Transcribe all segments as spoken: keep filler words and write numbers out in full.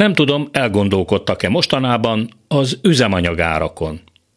Nem tudom, elgondolkodtak-e mostanában az üzemanyagárakon.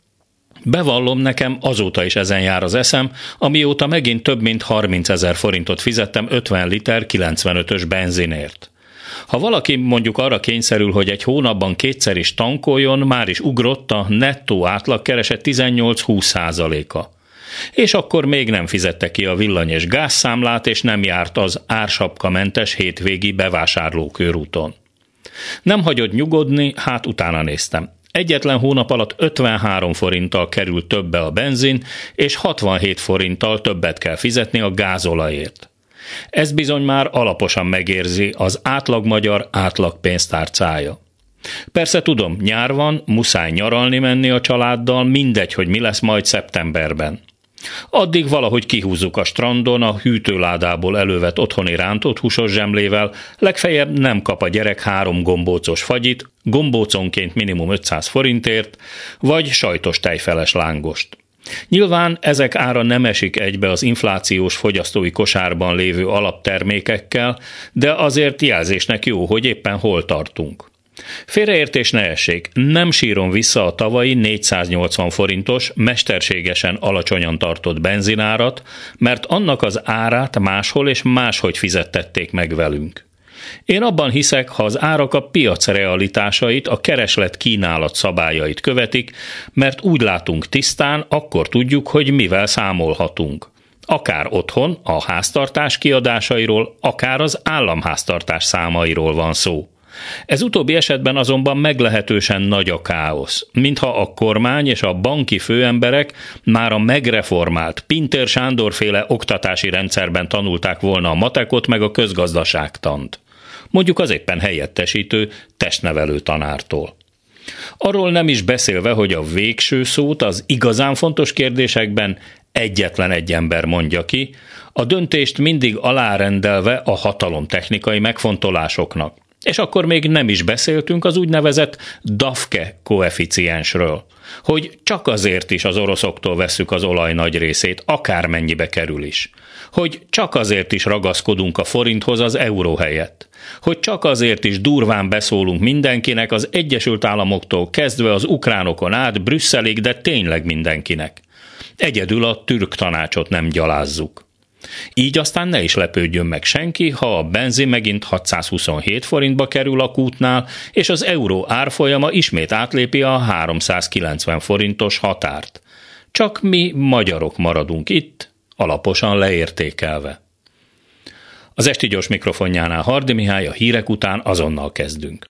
Bevallom, nekem azóta is ezen jár az eszem, amióta megint több mint harmincezer forintot fizettem ötven liter kilencvenötös benzinért. Ha valaki mondjuk arra kényszerül, hogy egy hónapban kétszer is tankoljon, már is ugrott a nettó átlagkereset tizennyolc-húsz százaléka. És akkor még nem fizette ki a villany- és gázszámlát, és nem járt az ársapkamentes hétvégi bevásárlókörúton. Nem hagyott nyugodni, hát utána néztem. Egyetlen hónap alatt ötvenhárom forinttal kerül többe a benzin, és hatvanhét forinttal többet kell fizetni a gázolajért. Ez bizony már alaposan megérzi az átlag magyar átlag pénztárcája. Persze tudom, nyár van, muszáj nyaralni menni a családdal, mindegy, hogy mi lesz majd szeptemberben. Addig valahogy kihúzzuk a strandon a hűtőládából elővett otthoni rántott húsos zsemlével, legfeljebb nem kap a gyerek három gombócos fagyit, gombóconként minimum ötszáz forintért, vagy sajtos tejfeles lángost. Nyilván ezek ára nem esik egybe az inflációs fogyasztói kosárban lévő alaptermékekkel, de azért jelzésnek jó, hogy éppen hol tartunk. Félreértés ne essék, nem sírom vissza a tavalyi négyszáznyolcvan forintos, mesterségesen alacsonyan tartott benzinárat, mert annak az árát máshol és máshogy fizettették meg velünk. Én abban hiszek, ha az árak a piac realitásait, a kereslet-kínálat szabályait követik, mert úgy látunk tisztán, akkor tudjuk, hogy mivel számolhatunk. Akár otthon a háztartás kiadásairól, akár az államháztartás számairól van szó. Ez utóbbi esetben azonban meglehetősen nagy a káosz, mintha a kormány és a banki főemberek már a megreformált Pintér Sándor-féle oktatási rendszerben tanulták volna a matekot meg a közgazdaságtant. Mondjuk az éppen helyettesítő testnevelő tanártól. Arról nem is beszélve, hogy a végső szót az igazán fontos kérdésekben egyetlen egy ember mondja ki, a döntést mindig alárendelve a hatalomtechnikai megfontolásoknak. És akkor még nem is beszéltünk az úgynevezett Dafke koeficiensről, hogy csak azért is az oroszoktól vesszük az olaj nagy részét, akármennyibe kerül is. Hogy csak azért is ragaszkodunk a forinthoz az euró helyett. Hogy csak azért is durván beszólunk mindenkinek, az Egyesült Államoktól kezdve az ukránokon át Brüsszelig, de tényleg mindenkinek. Egyedül a türk tanácsot nem gyalázzuk. Így aztán ne is lepődjön meg senki, ha a benzin megint hatszázhuszonhét forintba kerül a kútnál, és az euró árfolyama ismét átlépi a háromszázkilencven forintos határt. Csak mi magyarok maradunk itt, alaposan leértékelve. Az Esti Gyors mikrofonjánál Hardy Mihály, a hírek után azonnal kezdünk.